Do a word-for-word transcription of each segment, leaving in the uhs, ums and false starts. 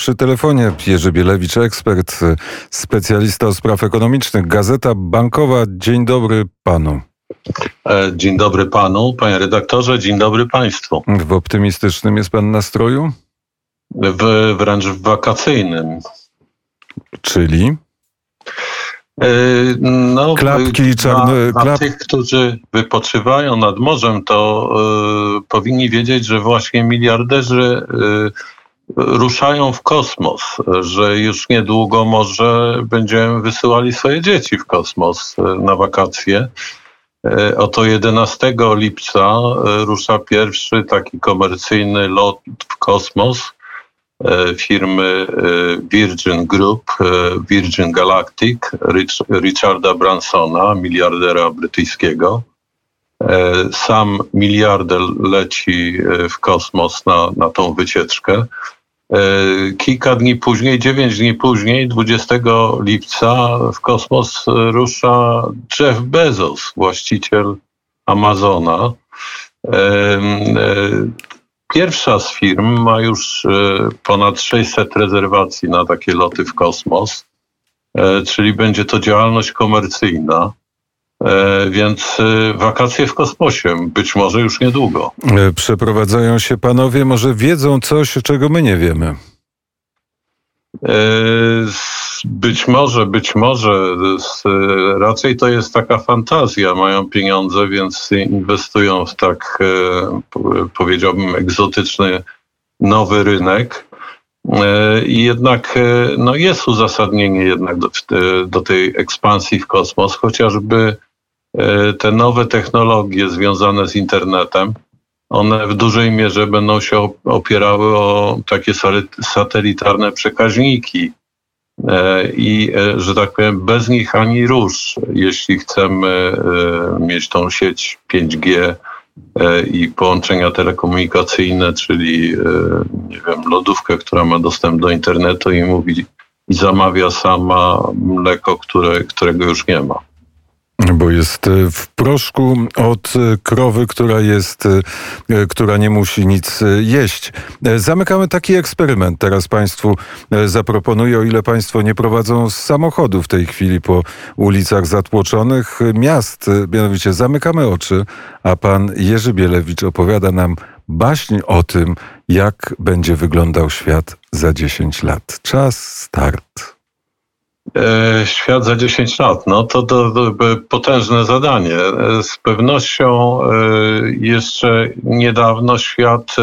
Przy telefonie Jerzy Bielewicz, ekspert, specjalista od spraw ekonomicznych, Gazeta Bankowa. Dzień dobry panu. Dzień dobry panu, panie redaktorze, dzień dobry państwu. W optymistycznym jest pan nastroju? W, wręcz w wakacyjnym. Czyli? No, Klapki czarne. Dla, klap... dla tych, którzy wypoczywają nad morzem, to y, powinni wiedzieć, że właśnie miliarderzy y, ruszają w kosmos, że już niedługo może będziemy wysyłali swoje dzieci w kosmos na wakacje. Oto jedenastego lipca rusza pierwszy taki komercyjny lot w kosmos firmy Virgin Group, Virgin Galactic, Richarda Bransona, miliardera brytyjskiego. Sam miliarder leci w kosmos na, na tą wycieczkę. Kilka dni później, dziewięć dni później, dwudziestego lipca w kosmos rusza Jeff Bezos, właściciel Amazona. Pierwsza z firm ma już ponad sześćset rezerwacji na takie loty w kosmos, czyli będzie to działalność komercyjna. Więc wakacje w kosmosie, być może już niedługo. Przeprowadzają się panowie, może wiedzą coś, czego my nie wiemy? Być może, być może. Raczej to jest taka fantazja. Mają pieniądze, więc inwestują w tak, powiedziałbym, egzotyczny nowy rynek. I jednak no jest uzasadnienie jednak do, do tej ekspansji w kosmos, chociażby te nowe technologie związane z internetem, one w dużej mierze będą się opierały o takie satelitarne przekaźniki i, że tak powiem, bez nich ani rusz, jeśli chcemy mieć tą sieć pięć G i połączenia telekomunikacyjne, czyli nie wiem, lodówkę, która ma dostęp do internetu i mówi i zamawia sama mleko, które, którego już nie ma. Bo jest w proszku od krowy, która jest, która nie musi nic jeść. Zamykamy taki eksperyment. Teraz państwu zaproponuję, o ile państwo nie prowadzą samochodu w tej chwili po ulicach zatłoczonych miast. Mianowicie zamykamy oczy, a pan Jerzy Bielewicz opowiada nam baśń o tym, jak będzie wyglądał świat za dziesięć lat. Czas, start. Świat za dziesięć lat, no to, to, to potężne zadanie. Z pewnością jeszcze niedawno świat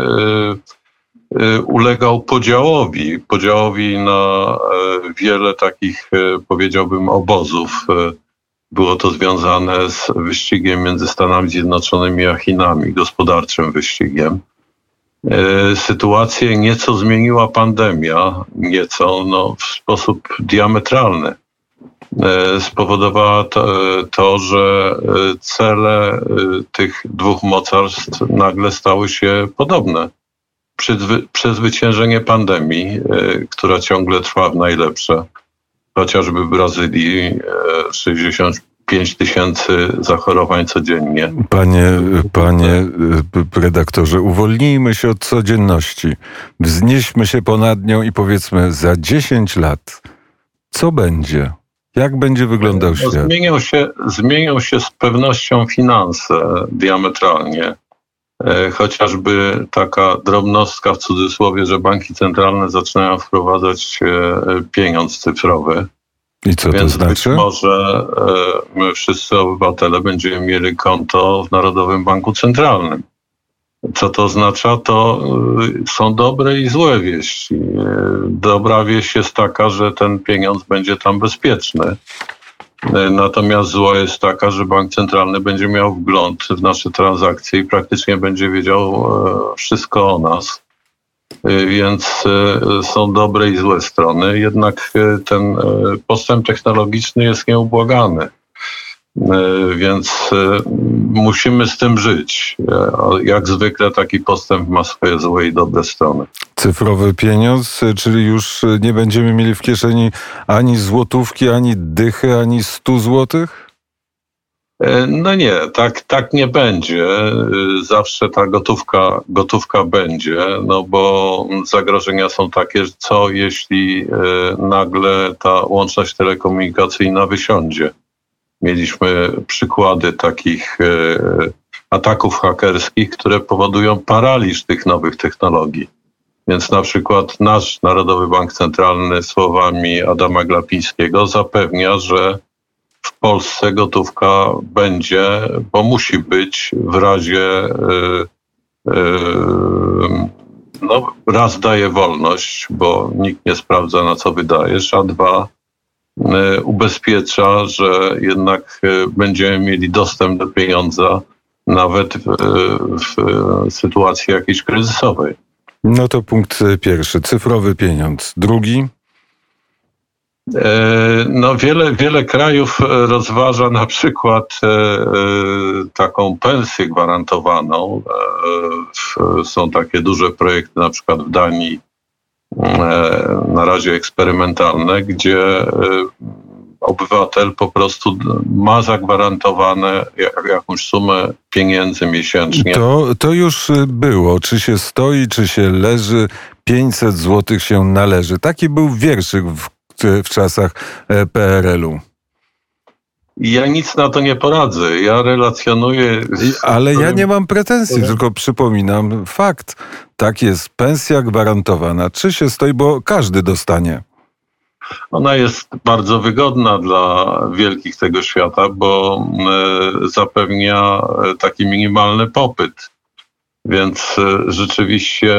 ulegał podziałowi, podziałowi na wiele takich, powiedziałbym, obozów. Było to związane z wyścigiem między Stanami Zjednoczonymi a Chinami, gospodarczym wyścigiem. Sytuację nieco zmieniła pandemia, nieco, no, w sposób diametralny. Spowodowała to, to, że cele tych dwóch mocarstw nagle stały się podobne. Przezwyciężenie pandemii, która ciągle trwa w najlepsze, chociażby w Brazylii sześćdziesiąt pięć tysięcy zachorowań codziennie. Panie, panie redaktorze, uwolnijmy się od codzienności. Wznieśmy się ponad nią i powiedzmy za dziesięć lat, co będzie? Jak będzie wyglądał no, świat? Zmienią się, zmienią się z pewnością finanse diametralnie. Chociażby taka drobnostka w cudzysłowie, że banki centralne zaczynają wprowadzać pieniądz cyfrowy. I co to Więc znaczy? Być może my wszyscy obywatele będziemy mieli konto w Narodowym Banku Centralnym. Co to oznacza? To są dobre i złe wieści. Dobra wieść jest taka, że ten pieniądz będzie tam bezpieczny. Natomiast zła jest taka, że Bank Centralny będzie miał wgląd w nasze transakcje i praktycznie będzie wiedział wszystko o nas. Więc są dobre i złe strony. Jednak ten postęp technologiczny jest nieubłagany. Więc musimy z tym żyć. Jak zwykle taki postęp ma swoje złe i dobre strony. Cyfrowy pieniądz, czyli już nie będziemy mieli w kieszeni ani złotówki, ani dychy, ani stu złotych? No nie, tak, tak nie będzie. Zawsze ta gotówka, gotówka będzie, no bo zagrożenia są takie, że co jeśli nagle ta łączność telekomunikacyjna wysiądzie. Mieliśmy przykłady takich ataków hakerskich, które powodują paraliż tych nowych technologii. Więc na przykład nasz Narodowy Bank Centralny słowami Adama Glapińskiego zapewnia, że w Polsce gotówka będzie, bo musi być w razie, yy, yy, no raz daje wolność, bo nikt nie sprawdza, na co wydajesz, a dwa yy, ubezpiecza, że jednak yy, będziemy mieli dostęp do pieniądza nawet w, w sytuacji jakiejś kryzysowej. No to punkt pierwszy, cyfrowy pieniądz. Drugi? No wiele, wiele krajów rozważa na przykład taką pensję gwarantowaną. Są takie duże projekty, na przykład w Danii, na razie eksperymentalne, gdzie obywatel po prostu ma zagwarantowane jakąś sumę pieniędzy miesięcznie. To, to już było. Czy się stoi, czy się leży, pięćset złotych się należy. Taki był wierszyk w, w czasach P R L-u. Ja nic na to nie poradzę. Ja relacjonuję... Z... Ale ja nie mam pretensji, tylko przypominam fakt. Tak jest, pensja gwarantowana. Czy się stoi, bo każdy dostanie. Ona jest bardzo wygodna dla wielkich tego świata, bo zapewnia taki minimalny popyt. Więc rzeczywiście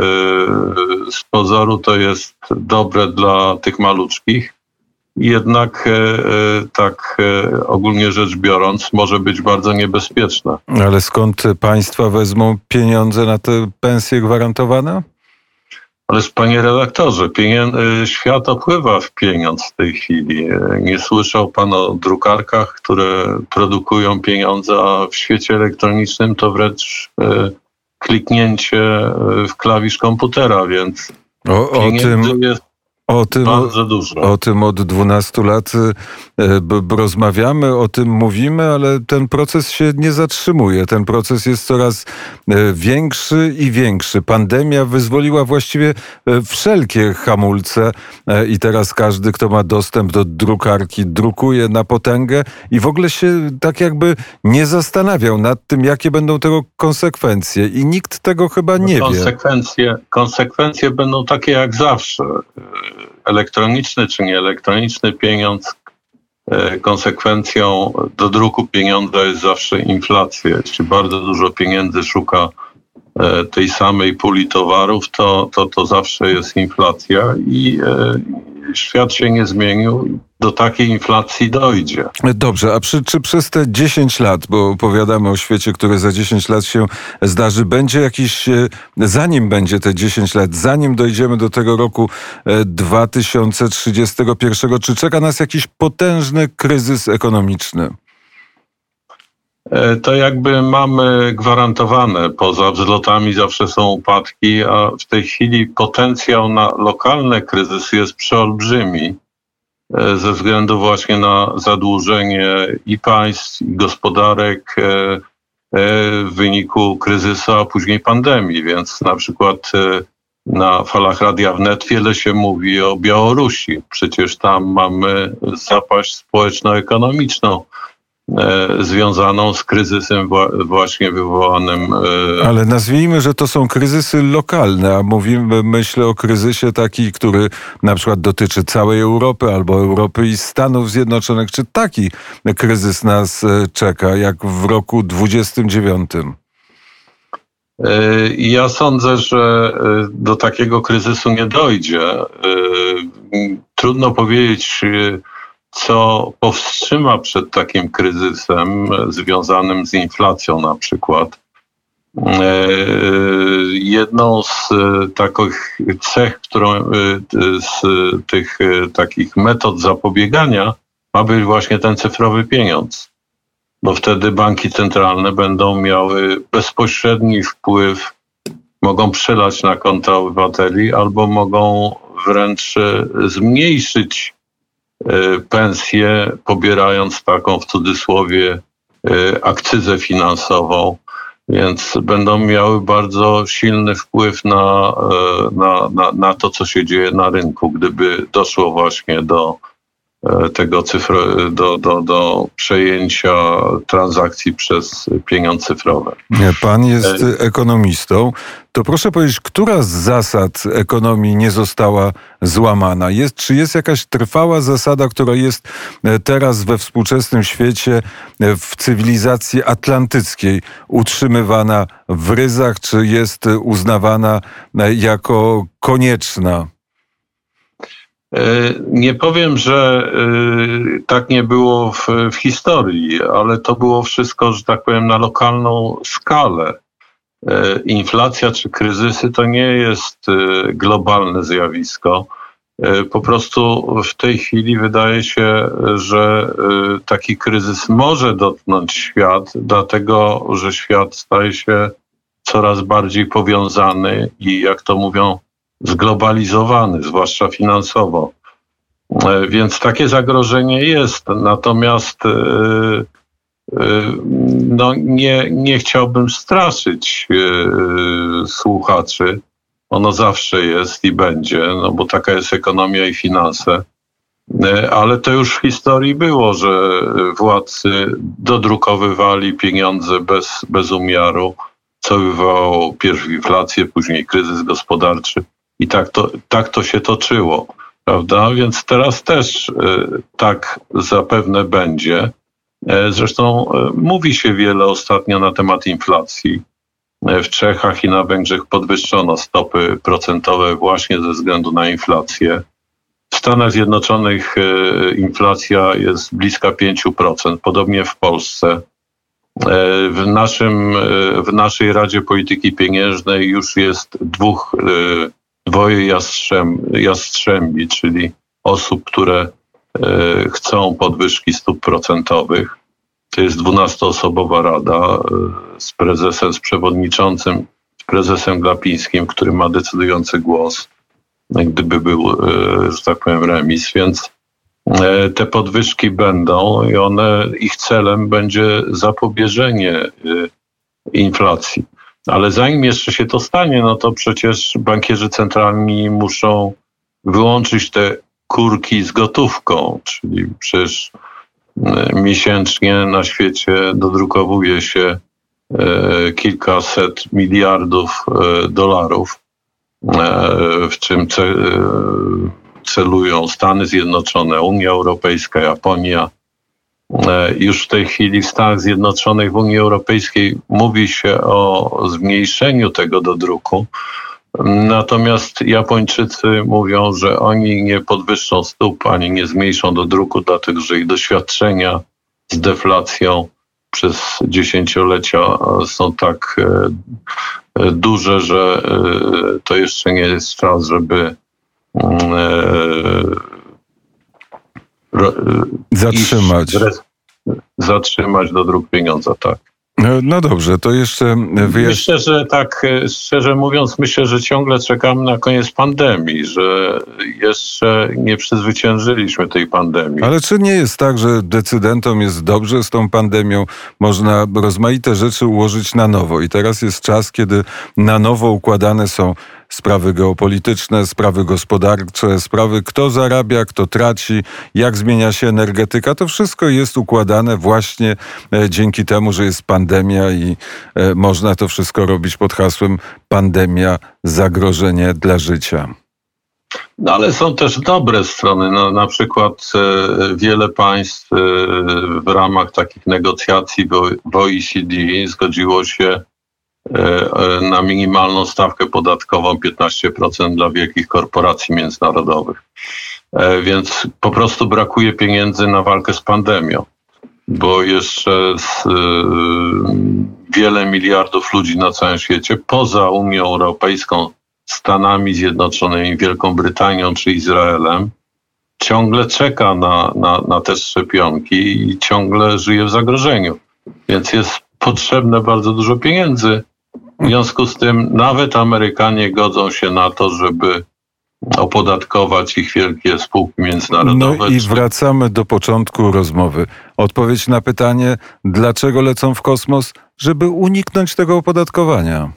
z pozoru to jest dobre dla tych maluczkich. Jednak tak ogólnie rzecz biorąc może być bardzo niebezpieczne. Ale skąd państwa wezmą pieniądze na te pensje gwarantowane? Ależ panie redaktorze, pienię- świat opływa w pieniądz w tej chwili. Nie słyszał pan o drukarkach, które produkują pieniądze, a w świecie elektronicznym to wręcz e, kliknięcie w klawisz komputera, więc o, o tym jest o tym, bardzo dużo. O tym od dwunastu lat b, b, rozmawiamy, o tym mówimy, ale ten proces się nie zatrzymuje. Ten proces jest coraz większy i większy. Pandemia wyzwoliła właściwie wszelkie hamulce i teraz każdy, kto ma dostęp do drukarki, drukuje na potęgę i w ogóle się tak jakby nie zastanawiał nad tym, jakie będą tego konsekwencje. I nikt tego chyba nie konsekwencje, wie. Konsekwencje będą takie jak zawsze. Elektroniczny czy nieelektroniczny pieniądz, konsekwencją do druku pieniądza jest zawsze inflacja. Jeśli bardzo dużo pieniędzy szuka tej samej puli towarów, to, to, to zawsze jest inflacja i świat się nie zmienił. Do takiej inflacji dojdzie. Dobrze, a przy, czy przez te dziesięć lat, bo opowiadamy o świecie, który za dziesięć lat się zdarzy, będzie jakiś, zanim będzie te dziesięć lat, zanim dojdziemy do tego roku dwa tysiące trzydziestego pierwszego, czy czeka nas jakiś potężny kryzys ekonomiczny? To jakby mamy gwarantowane, poza wzlotami zawsze są upadki, a w tej chwili potencjał na lokalne kryzysy jest przeolbrzymi ze względu właśnie na zadłużenie i państw, i gospodarek w wyniku kryzysu, a później pandemii. Więc na przykład na falach Radia Wnet wiele się mówi o Białorusi. Przecież tam mamy zapaść społeczno-ekonomiczną związaną z kryzysem właśnie wywołanym. Ale nazwijmy, że to są kryzysy lokalne, a mówimy, myślę o kryzysie taki, który na przykład dotyczy całej Europy albo Europy i Stanów Zjednoczonych. Czy taki kryzys nas czeka, jak w roku dwudziestym dziewiątym? Ja sądzę, że do takiego kryzysu nie dojdzie. Trudno powiedzieć, co powstrzyma przed takim kryzysem związanym z inflacją na przykład. Jedną z takich cech, którą, z tych takich metod zapobiegania ma być właśnie ten cyfrowy pieniądz. Bo wtedy banki centralne będą miały bezpośredni wpływ, mogą przelać na konta obywateli albo mogą wręcz zmniejszyć pensję, pobierając taką w cudzysłowie akcyzę finansową, więc będą miały bardzo silny wpływ na, na, na, na to, co się dzieje na rynku, gdyby doszło właśnie do tego cyfro, do, do, do przejęcia transakcji przez pieniądze cyfrowe. Pan jest ekonomistą. To proszę powiedzieć, która z zasad ekonomii nie została złamana? Jest, czy jest jakaś trwała zasada, która jest teraz we współczesnym świecie, w cywilizacji atlantyckiej utrzymywana w ryzach, czy jest uznawana jako konieczna? Nie powiem, że tak nie było w, w historii, ale to było wszystko, że tak powiem, na lokalną skalę. Inflacja czy kryzysy to nie jest globalne zjawisko. Po prostu w tej chwili wydaje się, że taki kryzys może dotknąć świat, dlatego że świat staje się coraz bardziej powiązany i, jak to mówią, zglobalizowany, zwłaszcza finansowo. Więc takie zagrożenie jest. Natomiast no, nie, nie chciałbym straszyć słuchaczy. Ono zawsze jest i będzie, no bo taka jest ekonomia i finanse. Ale to już w historii było, że władcy dodrukowywali pieniądze bez, bez umiaru, co wywołało pierw inflację, później kryzys gospodarczy. I tak to, tak to się toczyło, prawda? Więc teraz też y, tak zapewne będzie. E, zresztą y, mówi się wiele ostatnio na temat inflacji. E, w Czechach i na Węgrzech podwyższono stopy procentowe właśnie ze względu na inflację. W Stanach Zjednoczonych y, inflacja jest bliska pięć procent, podobnie w Polsce. E, w, naszym, y, w naszej Radzie Polityki Pieniężnej już jest dwóch y, dwoje jastrzęb, jastrzębi, czyli osób, które e, chcą podwyżki stóp procentowych. To jest dwunastoosobowa rada e, z prezesem, z przewodniczącym, z prezesem Glapińskim, który ma decydujący głos, gdyby był, e, że tak powiem, remis. Więc e, te podwyżki będą i one, ich celem będzie zapobieżenie e, inflacji. Ale zanim jeszcze się to stanie, no to przecież bankierzy centralni muszą wyłączyć te kurki z gotówką, czyli przecież miesięcznie na świecie dodrukowuje się kilkaset miliardów dolarów, w czym celują Stany Zjednoczone, Unia Europejska, Japonia. Już w tej chwili w Stanach Zjednoczonych, w Unii Europejskiej mówi się o zmniejszeniu tego dodruku. Natomiast Japończycy mówią, że oni nie podwyższą stóp, ani nie zmniejszą dodruku, dlatego że ich doświadczenia z deflacją przez dziesięciolecia są tak duże, że to jeszcze nie jest czas, żeby zatrzymać. Zatrzymać dodruk pieniądza, tak. No dobrze, to jeszcze wyjaśnię. Myślę, że tak szczerze mówiąc, myślę, że ciągle czekamy na koniec pandemii, że jeszcze nie przezwyciężyliśmy tej pandemii. Ale czy nie jest tak, że decydentom jest dobrze z tą pandemią? Można rozmaite rzeczy ułożyć na nowo i teraz jest czas, kiedy na nowo układane są sprawy geopolityczne, sprawy gospodarcze, sprawy kto zarabia, kto traci, jak zmienia się energetyka. To wszystko jest układane właśnie dzięki temu, że jest pandemia i można to wszystko robić pod hasłem pandemia, zagrożenie dla życia. No ale są też dobre strony. No, na przykład e, wiele państw e, w ramach takich negocjacji w O E C D zgodziło się na minimalną stawkę podatkową piętnaście procent dla wielkich korporacji międzynarodowych. Więc po prostu brakuje pieniędzy na walkę z pandemią, bo jeszcze z, wiele miliardów ludzi na całym świecie, poza Unią Europejską, Stanami Zjednoczonymi, Wielką Brytanią czy Izraelem, ciągle czeka na, na, na te szczepionki i ciągle żyje w zagrożeniu. Więc jest potrzebne bardzo dużo pieniędzy. W związku z tym nawet Amerykanie godzą się na to, żeby opodatkować ich wielkie spółki międzynarodowe. No i wracamy do początku rozmowy. Odpowiedź na pytanie, dlaczego lecą w kosmos? Żeby uniknąć tego opodatkowania.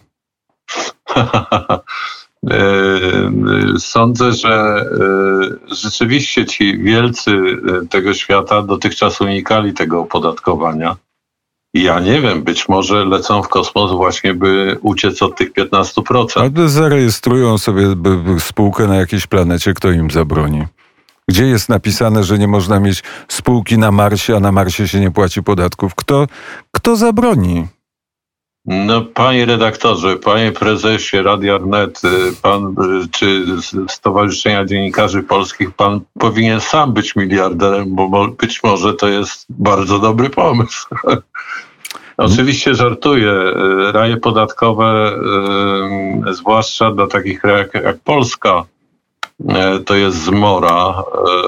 Sądzę, że rzeczywiście ci wielcy tego świata dotychczas unikali tego opodatkowania. Ja nie wiem, być może lecą w kosmos właśnie, by uciec od tych piętnastu procent. A zarejestrują sobie by, by spółkę na jakiejś planecie, kto im zabroni? Gdzie jest napisane, że nie można mieć spółki na Marsie, a na Marsie się nie płaci podatków? Kto, kto zabroni? No, panie redaktorze, panie prezesie Radia Wnet, pan czy Stowarzyszenia Dziennikarzy Polskich, pan powinien sam być miliarderem, bo być może to jest bardzo dobry pomysł. Oczywiście żartuję. Raje podatkowe, zwłaszcza dla takich krajów jak Polska, to jest zmora.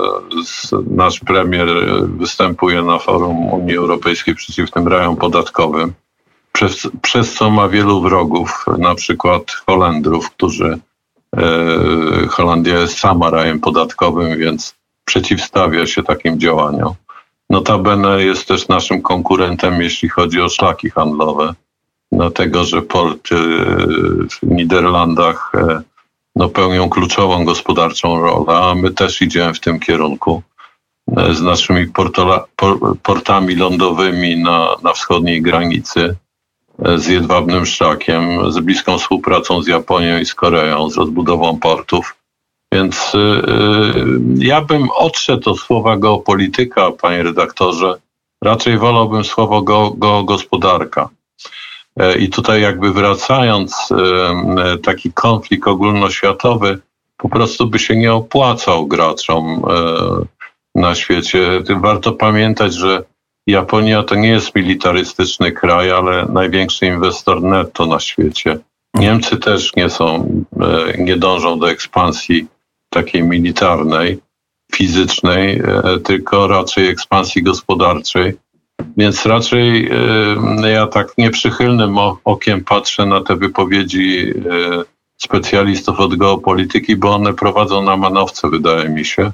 Nasz premier występuje na forum Unii Europejskiej przeciw tym rajom podatkowym. Przez, przez co ma wielu wrogów, na przykład Holendrów, którzy e, Holandia jest sama rajem podatkowym, więc przeciwstawia się takim działaniom. Notabene jest też naszym konkurentem, jeśli chodzi o szlaki handlowe, dlatego że porty w Niderlandach e, no, pełnią kluczową gospodarczą rolę, a my też idziemy w tym kierunku e, z naszymi portola, por, portami lądowymi na, na wschodniej granicy, z jedwabnym szlakiem, z bliską współpracą z Japonią i z Koreą, z rozbudową portów. Więc yy, ja bym odszedł od słowa geopolityka, panie redaktorze. Raczej wolałbym słowo go, geogospodarka. Yy, I tutaj jakby wracając, yy, taki konflikt ogólnoświatowy po prostu by się nie opłacał graczom yy, na świecie. Warto pamiętać, że Japonia to nie jest militarystyczny kraj, ale największy inwestor netto na świecie. Niemcy też nie są, nie dążą do ekspansji takiej militarnej, fizycznej, tylko raczej ekspansji gospodarczej. Więc raczej ja tak nieprzychylnym okiem patrzę na te wypowiedzi specjalistów od geopolityki, bo one prowadzą na manowce, wydaje mi się.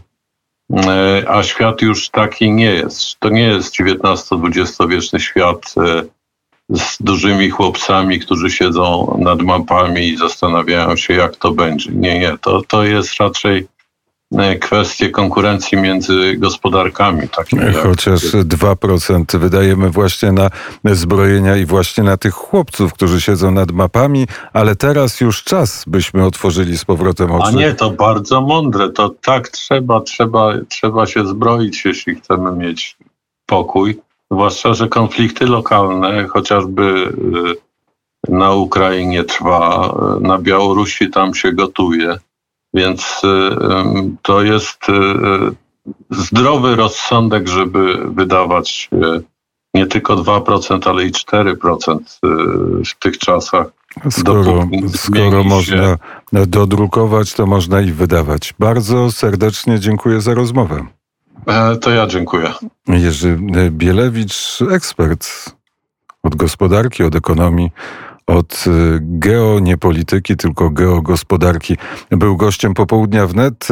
A świat już taki nie jest. To nie jest dziewiętnasto-dwudziestowieczny świat z dużymi chłopcami, którzy siedzą nad mapami i zastanawiają się, jak to będzie. Nie, nie. To, to jest raczej kwestie konkurencji między gospodarkami. Takimi Chociaż jak... dwa procent wydajemy właśnie na zbrojenia i właśnie na tych chłopców, którzy siedzą nad mapami, ale teraz już czas, byśmy otworzyli z powrotem oczy. A nie, to bardzo mądre. To tak trzeba, trzeba, trzeba się zbroić, jeśli chcemy mieć pokój. Zwłaszcza, że konflikty lokalne, chociażby na Ukrainie trwa, na Białorusi tam się gotuje. Więc to jest zdrowy rozsądek, żeby wydawać nie tylko dwa procent, ale i cztery procent w tych czasach. Skoro, skoro można dodrukować, to można i wydawać. Bardzo serdecznie dziękuję za rozmowę. To ja dziękuję. Jerzy Bielewicz, ekspert od gospodarki, od ekonomii, od geo, nie polityki, tylko geogospodarki. Był gościem Popołudnia Wnet.